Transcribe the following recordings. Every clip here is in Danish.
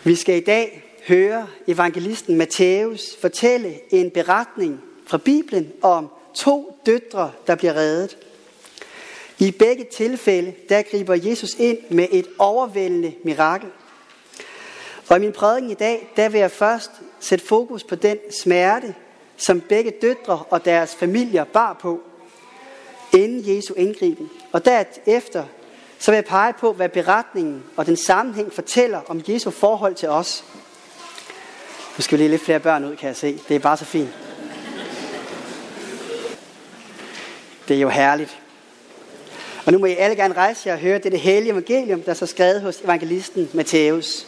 Vi skal i dag høre evangelisten Matthæus fortælle en beretning fra Bibelen om 2 døtre, der bliver reddet. I begge tilfælde, der griber Jesus ind med et overvældende mirakel. Og i min prædiken i dag, der vil jeg først sætte fokus på den smerte, som begge døtre og deres familier bar på, inden Jesu indgriben. Og derefter så vil jeg pege på, hvad beretningen og den sammenhæng fortæller om Jesu forhold til os. Nu skal vi lige lidt flere børn ud, kan jeg se. Det er bare så fint. Det er jo herligt. Og nu må I alle gerne rejse jer og høre det hellige evangelium, der er så skrevet hos evangelisten Matthæus.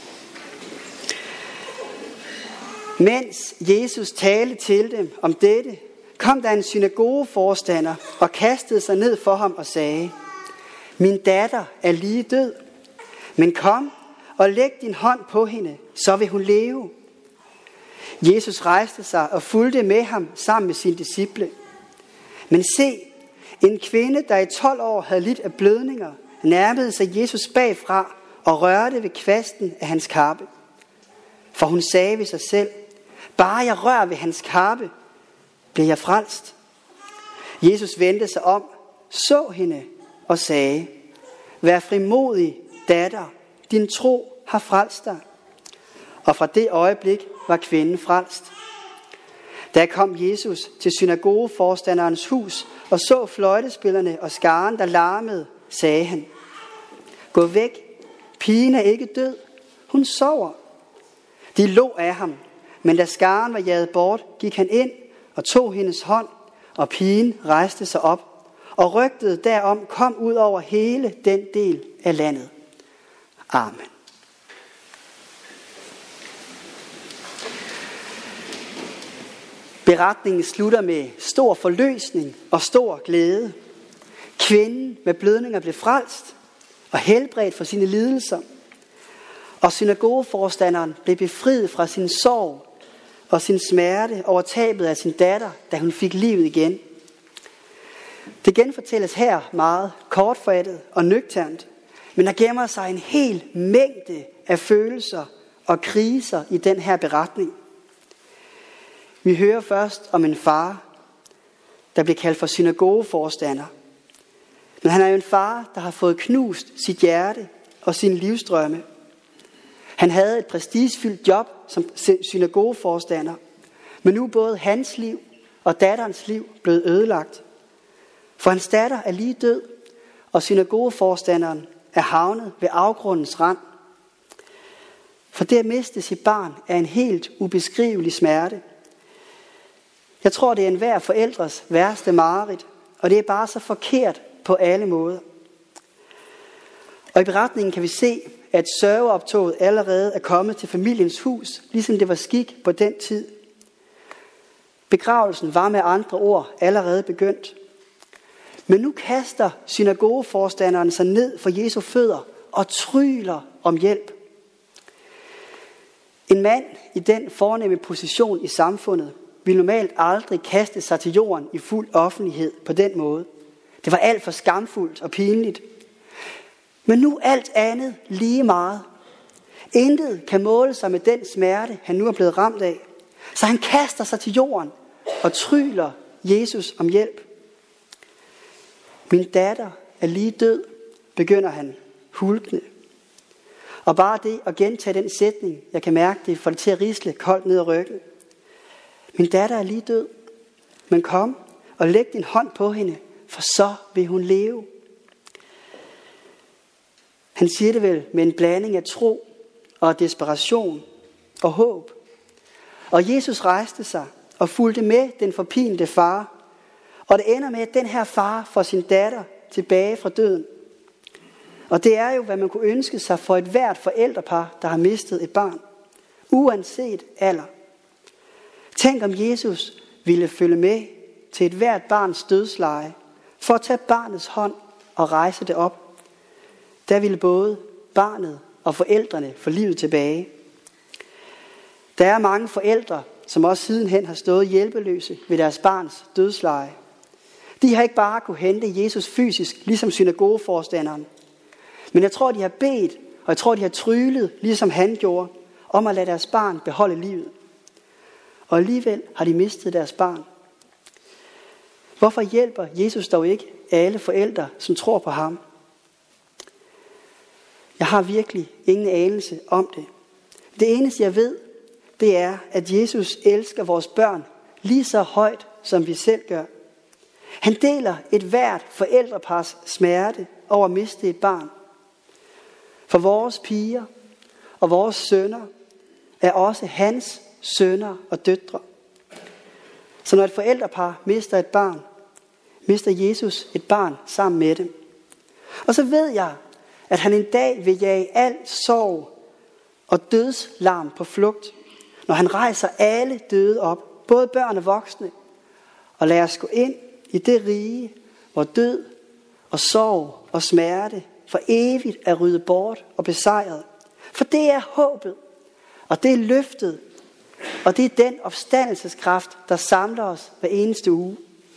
Mens Jesus talte til dem om dette, kom der en synagogeforstander og kastede sig ned for ham og sagde: Min datter er lige død, men kom og læg din hånd på hende, så vil hun leve. Jesus rejste sig og fulgte med ham sammen med sine disciple. Men se, en kvinde, der i 12 år havde lidt af blødninger, nærmede sig Jesus bagfra og rørte ved kvasten af hans kappe. For hun sagde ved sig selv: Bare jeg rører ved hans kappe, bliver jeg frelst. Jesus vendte sig om, så hende og sagde: Vær frimodig, datter, din tro har frelst dig. Og fra det øjeblik var kvinden frelst. Da kom Jesus til synagogeforstanderens hus og så fløjtespillerne og skaren, der larmede, sagde han: Gå væk, pigen er ikke død, hun sover. De lå af ham, men da skaren var jaget bort, gik han ind og tog hendes hånd, og pigen rejste sig op, og rygtet derom kom ud over hele den del af landet. Amen. Beretningen slutter med stor forløsning og stor glæde. Kvinden med blødninger blev frelst og helbredt for sine lidelser. Og synagogeforstanderen blev befriet fra sin sorg og sin smerte over tabet af sin datter, da hun fik livet igen. Det genfortælles her meget kortfattet og nøgternt, men der gemmer sig en hel mængde af følelser og kriser i den her beretning. Vi hører først om en far, der bliver kaldt for synagogeforstander. Men han er jo en far, der har fået knust sit hjerte og sin livsdrømme. Han havde et prestigefyldt job som synagogeforstander, men nu er både hans liv og datterens liv blevet ødelagt. For hans datter er lige død, og synagogeforstanderen er havnet ved afgrundens rand. For det at miste sit barn er en helt ubeskrivelig smerte. Jeg tror, det er enhver forældres værste mareridt, og det er bare så forkert på alle måder. Og i beretningen kan vi se, at sørgeoptoget allerede er kommet til familiens hus, ligesom det var skik på den tid. Begravelsen var med andre ord allerede begyndt. Men nu kaster synagogeforstanderen sig ned for Jesu fødder og tryler om hjælp. En mand i den fornemme position i samfundet ville normalt aldrig kaste sig til jorden i fuld offentlighed på den måde. Det var alt for skamfuldt og pinligt. Men nu alt andet lige meget. Intet kan måle sig med den smerte, han nu er blevet ramt af. Så han kaster sig til jorden og tryler Jesus om hjælp. Min datter er lige død, begynder han hulkende. Og bare det at gentage den sætning, jeg kan mærke det, får det til at risle koldt ned ad ryggen. Min datter er lige død, men kom og læg din hånd på hende, for så vil hun leve. Han siger det vel med en blanding af tro og desperation og håb. Og Jesus rejste sig og fulgte med den forpinte far. Og det ender med, at den her far får sin datter tilbage fra døden. Og det er jo, hvad man kunne ønske sig for et hvert forældrepar, der har mistet et barn. Uanset alder. Tænk om Jesus ville følge med til et hvert barns dødsleje, for at tage barnets hånd og rejse det op. Der ville både barnet og forældrene få livet tilbage. Der er mange forældre, som også sidenhen har stået hjælpeløse ved deres barns dødsleje. De har ikke bare kunne hente Jesus fysisk, ligesom synagogeforstanderen. Men jeg tror, de har bedt og jeg tror, de har tryglet, ligesom han gjorde, om at lade deres barn beholde livet. Og alligevel har de mistet deres barn. Hvorfor hjælper Jesus dog ikke alle forældre, som tror på ham? Jeg har virkelig ingen anelse om det. Det eneste jeg ved, det er, at Jesus elsker vores børn lige så højt, som vi selv gør. Han deler et hvert forældrepars smerte over at miste et barn. For vores piger og vores sønner er også hans sønner og døtre. Så når et forældrepar mister et barn, mister Jesus et barn sammen med dem. Og så ved jeg, at han en dag vil jage al sorg og dødslarm på flugt, når han rejser alle døde op, både børn og voksne, og lader os gå ind i det rige, hvor død og sorg og smerte for evigt er ryddet bort og besejret. For det er håbet, og det er løftet, og det er den opstandelseskraft, der samler os hver eneste uge.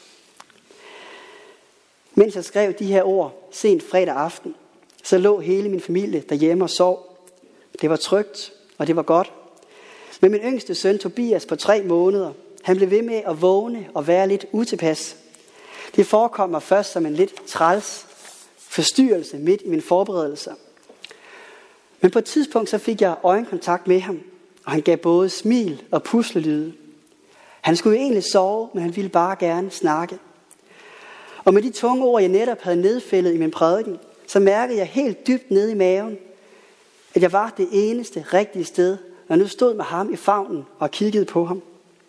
Mens jeg skrev de her ord sent fredag aften, så lå hele min familie derhjemme og sov. Det var trygt, og det var godt. Men min yngste søn Tobias på 3 måneder, han blev ved med at vågne og være lidt utilpas. Det forekom mig først som en lidt træls forstyrrelse midt i mine forberedelser. Men på et tidspunkt så fik jeg øjenkontakt med ham, og han gav både smil og puslelyde. Han skulle jo egentlig sove, men han ville bare gerne snakke. Og med de tunge ord, jeg netop havde nedfældet i min prædiken, så mærkede jeg helt dybt nede i maven, at jeg var det eneste rigtige sted, når jeg nu stod med ham i favnen og kiggede på ham.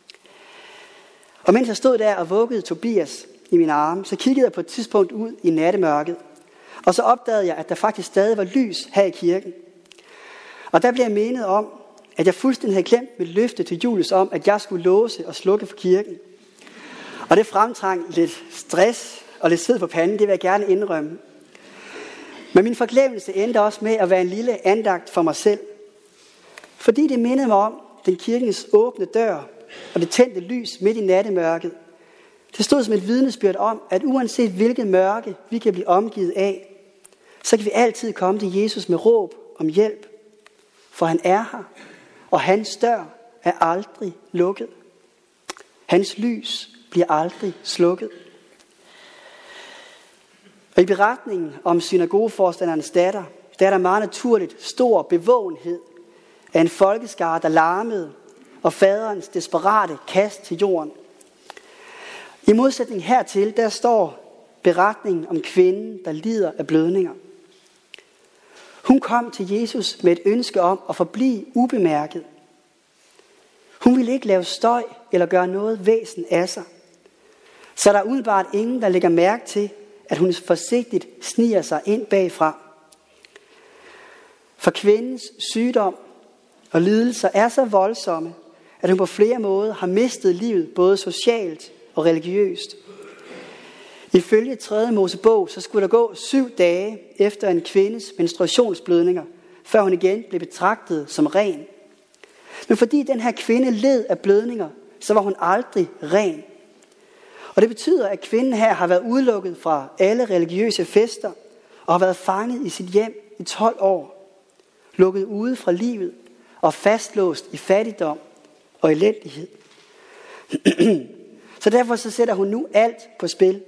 Og mens jeg stod der og vuggede Tobias i mine arme, så kiggede jeg på et tidspunkt ud i nattemørket. Og så opdagede jeg, at der faktisk stadig var lys her i kirken. Og der blev jeg mindet om, at jeg fuldstændig havde glemt mit løfte til Julius om, at jeg skulle låse og slukke for kirken. Og det fremtrang lidt stress og lidt sved på panden, det vil jeg gerne indrømme. Men min forglemmelse endte også med at være en lille andagt for mig selv. Fordi det mindede mig om den kirkens åbne dør og det tændte lys midt i nattemørket. Det stod som et vidnesbyrd om, at uanset hvilket mørke vi kan blive omgivet af, så kan vi altid komme til Jesus med råb om hjælp. For han er her, og hans dør er aldrig lukket. Hans lys bliver aldrig slukket. Og i beretningen om synagogeforstanderens datter, der er der meget naturligt stor bevågenhed af en folkeskare, der larmede, og faderens desperate kast til jorden. I modsætning hertil, der står beretningen om kvinden, der lider af blødninger. Hun kom til Jesus med et ønske om at forblive ubemærket. Hun ville ikke lave støj eller gøre noget væsen af sig. Så der er umiddelbart ingen, der lægger mærke til, at hun forsigtigt sniger sig ind bagfra. For kvindens sygdom og lidelser er så voldsomme, at hun på flere måder har mistet livet, både socialt og religiøst. Ifølge 3. Mosebog, så skulle der gå 7 dage efter en kvindes menstruationsblødninger, før hun igen blev betragtet som ren. Men fordi den her kvinde led af blødninger, så var hun aldrig ren. Og det betyder, at kvinden her har været udelukket fra alle religiøse fester, og har været fanget i sit hjem i 12 år. Lukket ude fra livet og fastlåst i fattigdom og elendighed. Så derfor så sætter hun nu alt på spil.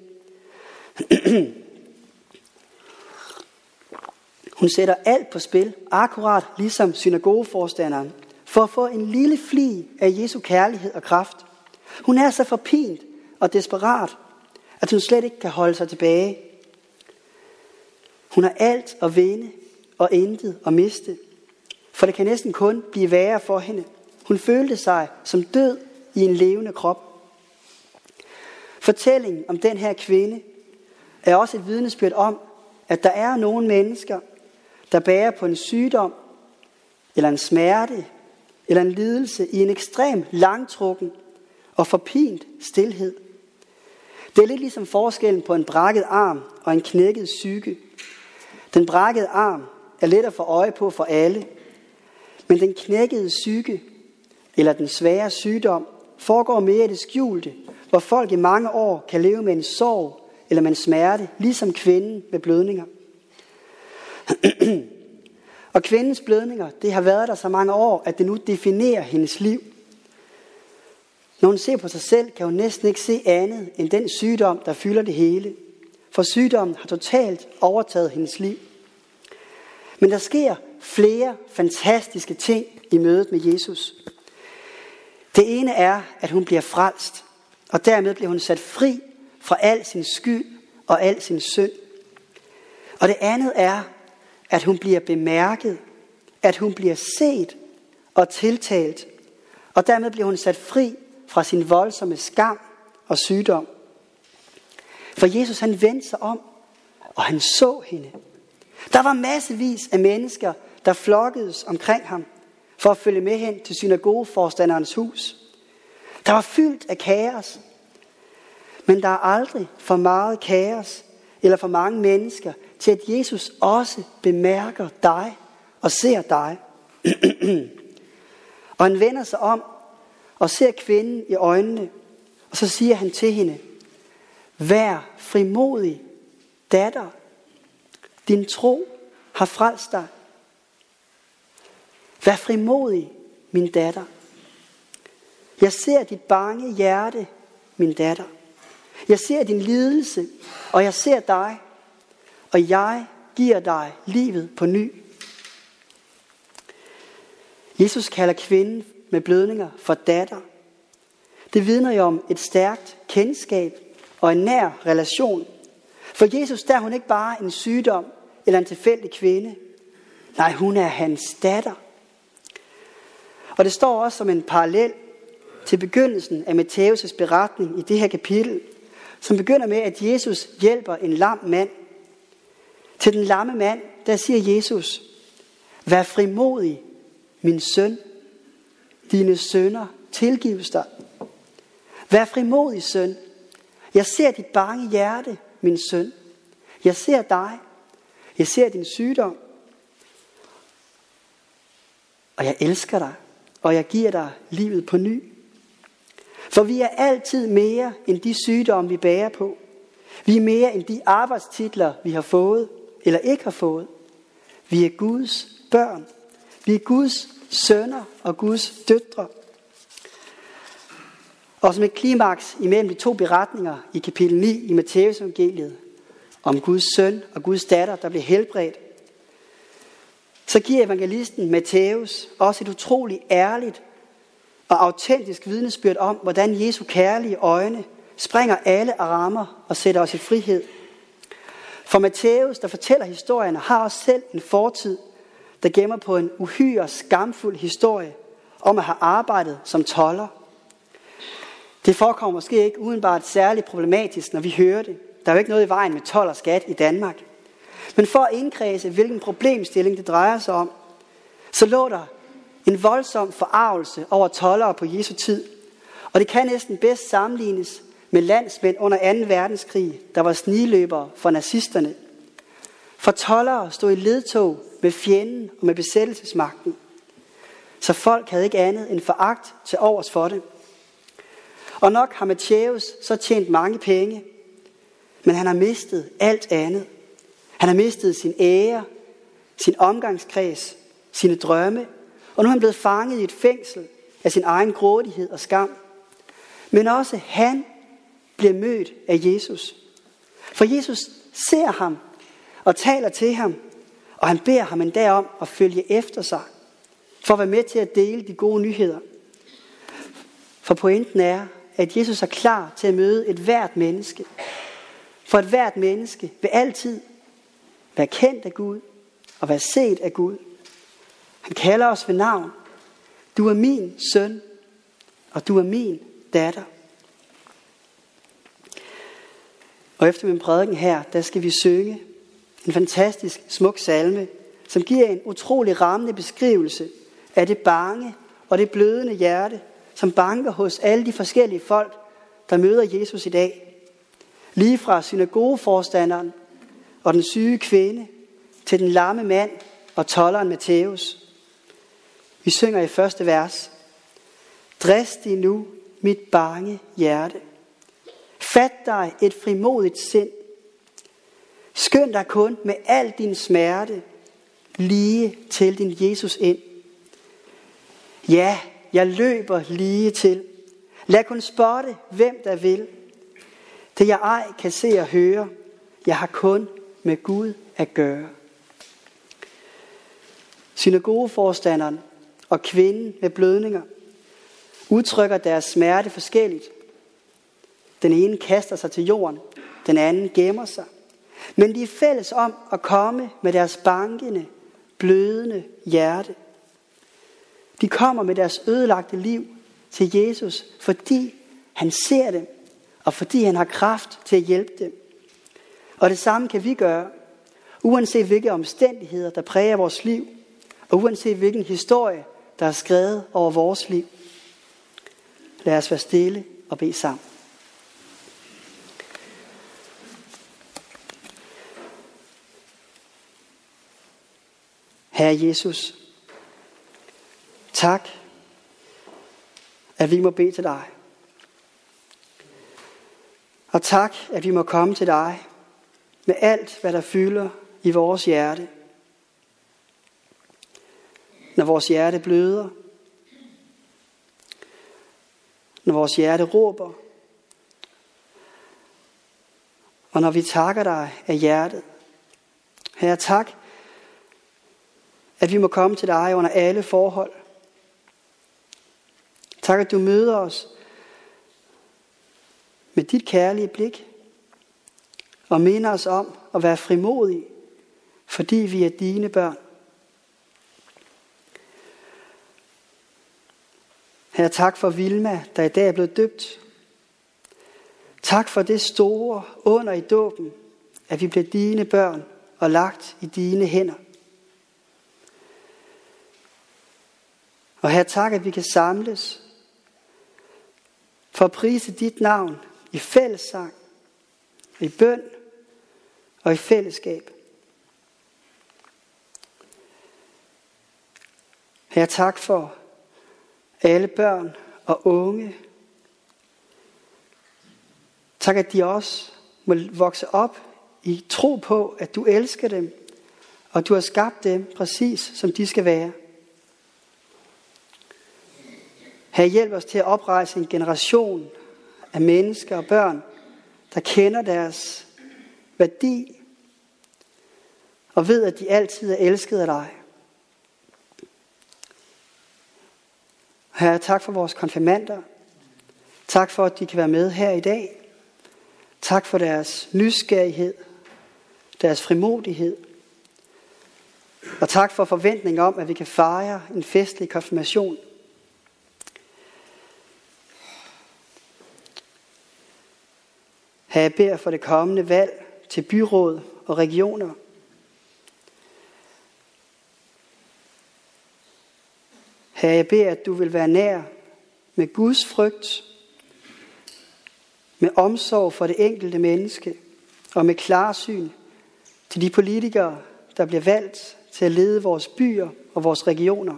Hun sætter alt på spil, akkurat ligesom synagogeforstanderen, for at få en lille flig af Jesu kærlighed og kraft. Hun er så forpint og desperat, at hun slet ikke kan holde sig tilbage. Hun har alt at vinde og intet at miste, for det kan næsten kun blive værre for hende. Hun følte sig som død i en levende krop. Fortællingen om den her kvinde er også et vidnesbyrd om, at der er nogle mennesker, der bærer på en sygdom, eller en smerte, eller en lidelse i en ekstrem langtrukken og forpint stilhed. Det er lidt ligesom forskellen på en brækket arm og en knækket psyke. Den brækkede arm er let at få øje på for alle, men den knækkede psyke, eller den svære sygdom, foregår mere i det skjulte, hvor folk i mange år kan leve med en sorg eller med en smerte, ligesom kvinden med blødninger. Og kvindens blødninger, det har været der så mange år, at det nu definerer hendes liv. Når hun ser på sig selv, kan hun næsten ikke se andet end den sygdom, der fylder det hele. For sygdommen har totalt overtaget hendes liv. Men der sker flere fantastiske ting i mødet med Jesus. Det ene er, at hun bliver frelst, og dermed bliver hun sat fri fra al sin skyld og al sin synd. Og det andet er, at hun bliver bemærket, at hun bliver set og tiltalt, og dermed bliver hun sat fri fra sin voldsomme skam og sygdom. For Jesus han vendte sig om, og han så hende. Der var massevis af mennesker, der flokkedes omkring ham, for at følge med hen til synagogeforstanderens hus. Der var fyldt af kaos, men der er aldrig for meget kaos, eller for mange mennesker, til at Jesus også bemærker dig og ser dig. Og han vender sig om og ser kvinden i øjnene, og så siger han til hende: vær frimodig, datter. Din tro har frelst dig. Vær frimodig, min datter. Jeg ser dit bange hjerte, min datter. Jeg ser din lidelse, og jeg ser dig, og jeg giver dig livet på ny. Jesus kalder kvinden med blødninger for datter. Det vidner jo om et stærkt kendskab og en nær relation. For Jesus, der er hun ikke bare en sygdom eller en tilfældig kvinde. Nej, hun er hans datter. Og det står også som en parallel til begyndelsen af Matthæus' beretning i det her kapitel, som begynder med, at Jesus hjælper en lam mand. Til den lamme mand, der siger Jesus: vær frimodig, min søn. Dine synder tilgives dig. Vær frimodig, søn. Jeg ser dit bange hjerte, min søn. Jeg ser dig. Jeg ser din sygdom. Og jeg elsker dig, og jeg giver dig livet på ny. For vi er altid mere end de sygdomme, vi bærer på. Vi er mere end de arbejdstitler, vi har fået eller ikke har fået. Vi er Guds børn. Vi er Guds sønner og Guds døtre. Og som et klimaks imellem de to beretninger i kapitel 9 i Matthæus evangeliet om Guds søn og Guds datter, der bliver helbredt, så giver evangelisten Matthæus også et utroligt ærligt og autentisk vidnesbyrd om, hvordan Jesu kærlige øjne springer alle rammer og sætter os i frihed. For Matthæus, der fortæller historien, har også selv en fortid, der gemmer på en uhyre skamfuld historie om at have arbejdet som tolder. Det forekommer måske ikke udenbart særligt problematisk, når vi hører det. Der er jo ikke noget i vejen med told og skat i Danmark. Men for at indkredse, hvilken problemstilling det drejer sig om, så lå der en voldsom forargelse over toldere på Jesu tid. Og det kan næsten bedst sammenlignes med landsmænd under 2. verdenskrig, der var snigløbere for nazisterne. For toldere stod i ledtog med fjenden og med besættelsesmagten. Så folk havde ikke andet end foragt til overs for det. Og nok har Matthæus så tjent mange penge, men han har mistet alt andet. Han har mistet sin ære, sin omgangskreds, sine drømme, og nu er han blevet fanget i et fængsel af sin egen grådighed og skam. Men også han bliver mødt af Jesus. For Jesus ser ham og taler til ham, og han beder ham endda om at følge efter sig, for at være med til at dele de gode nyheder. For pointen er, at Jesus er klar til at møde et hvert menneske. For et hvert menneske vil altid være kendt af Gud og være set af Gud. Han kalder os ved navn. Du er min søn, og du er min datter. Og efter min prædiken her, der skal vi synge en fantastisk smuk salme, som giver en utrolig rammende beskrivelse af det bange og det blødende hjerte, som banker hos alle de forskellige folk, der møder Jesus i dag. Lige fra synagogeforstanderen og den syge kvinde, til den lamme mand og tolderen Matthæus. Vi synger i første vers: Drist dig nu, mit bange hjerte. Fat dig et frimodigt sind. Skynd dig kun med al din smerte. lige til din Jesus ind. Ja, jeg løber lige til. Lad kun spotte, hvem der vil. Det jeg ej kan se og høre, jeg har kun med Gud at gøre. Synagogeforstanderen og kvinden med blødninger udtrykker deres smerte forskelligt. Den ene kaster sig til jorden, den anden gemmer sig. Men de er fælles om at komme med deres bankende, blødende hjerte. De kommer med deres ødelagte liv til Jesus, fordi han ser dem, og fordi han har kraft til at hjælpe dem. Og det samme kan vi gøre, uanset hvilke omstændigheder, der præger vores liv, og uanset hvilken historie, der er skrevet over vores liv. Lad os være stille og bede sammen. Herre Jesus, tak, at vi må bede til dig. Og tak, at vi må komme til dig med alt, hvad der fylder i vores hjerte. Når vores hjerte bløder, når vores hjerte råber, og når vi takker dig af hjertet. Herre, tak, at vi må komme til dig under alle forhold. Tak, at du møder os med dit kærlige blik, og minder os om at være frimodige, fordi vi er dine børn. Herre, tak for Vilma, der i dag er blevet døbt. Tak for det store under i dåben, at vi bliver dine børn og lagt i dine hænder. Og Herre, tak, at vi kan samles for at prise dit navn i fællessang, i bøn og i fællesskab. Herre, tak for alle børn og unge. Tak, at de også må vokse op i tro på, at du elsker dem, og du har skabt dem præcis, som de skal være. Herre, hjælp os til at oprejse en generation af mennesker og børn, der kender deres værdi, og ved, at de altid er elsket af dig. Herre, tak for vores konfirmander. Tak for, at de kan være med her i dag. Tak for deres nysgerrighed, deres frimodighed. Og tak for forventning om, at vi kan fejre en festlig konfirmation. Herre, jeg beder for det kommende valg til byråd og regioner. Herre, jeg beder, at du vil være nær med Guds frygt, med omsorg for det enkelte menneske og med klarsyn til de politikere, der bliver valgt til at lede vores byer og vores regioner.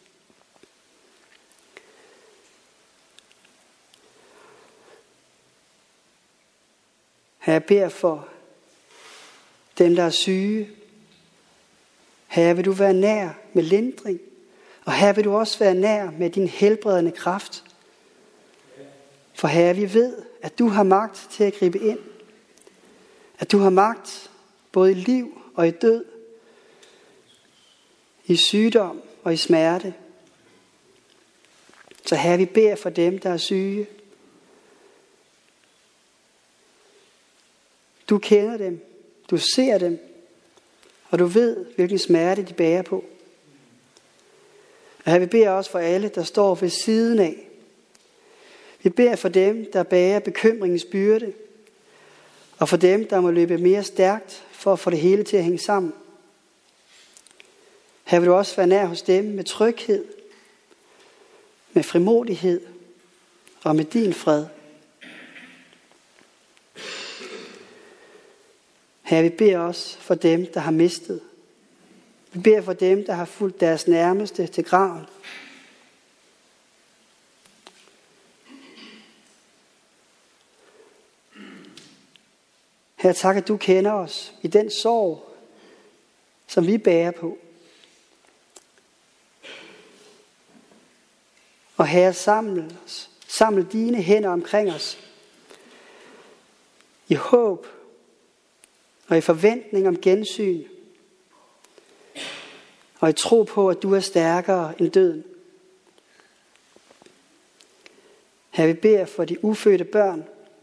Herre, jeg beder for dem, der er syge. Herre, vil du være nær med lindring, og Herre, vil du også være nær med din helbredende kraft. For Herre, vi ved, at du har magt til at gribe ind. At du har magt både i liv og i død, i sygdom og i smerte. Så Herre, vi beder for dem, der er syge. Du kender dem, du ser dem, og du ved, hvilken smerte de bærer på. Og Herre, vi beder også for alle, der står ved siden af. Vi beder for dem, der bærer bekymringens byrde, og for dem, der må løbe mere stærkt for at få det hele til at hænge sammen. Her vil du også være nær hos dem med tryghed, med frimodighed og med din fred. Her vi beder også for dem, der har mistet. Vi beder for dem, der har fulgt deres nærmeste til graven. Herre, tak, at du kender os i den sorg, som vi bærer på. Og Herre, samle dine hænder omkring os i håb og i forventning om gensyn og i tro på, at du er stærkere end døden. Herre, vi beder for de ufødte børn.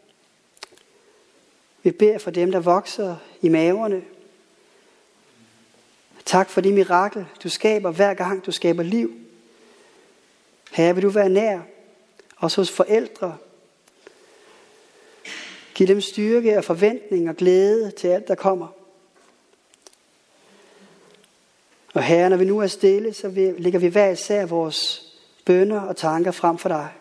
Vi beder for dem, der vokser i maverne. Tak for det mirakel, du skaber hver gang du skaber liv. Herre, vil du være nær, også hos forældre. Giv dem styrke og forventning og glæde til alt, der kommer. Og Herre, når vi nu er stille, så lægger vi hver især vores bønner og tanker frem for dig.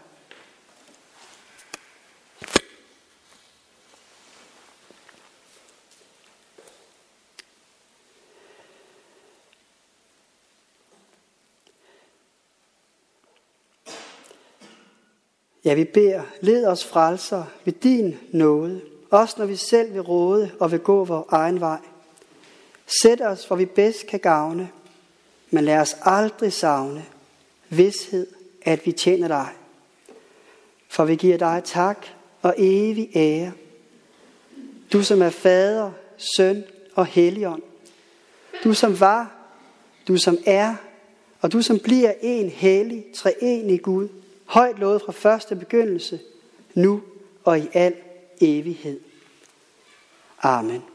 Ja, vi beder, led os frelser ved din nåde, også når vi selv vil råde og vil gå vores egen vej. Sæt os, hvor vi bedst kan gavne, men lad os aldrig savne vished, at vi tjener dig. For vi giver dig tak og evig ære. Du som er Fader, Søn og Helligånd. Du som var, du som er, og du som bliver en hellig, treenig Gud. Højt lovet fra første begyndelse, nu og i al evighed. Amen.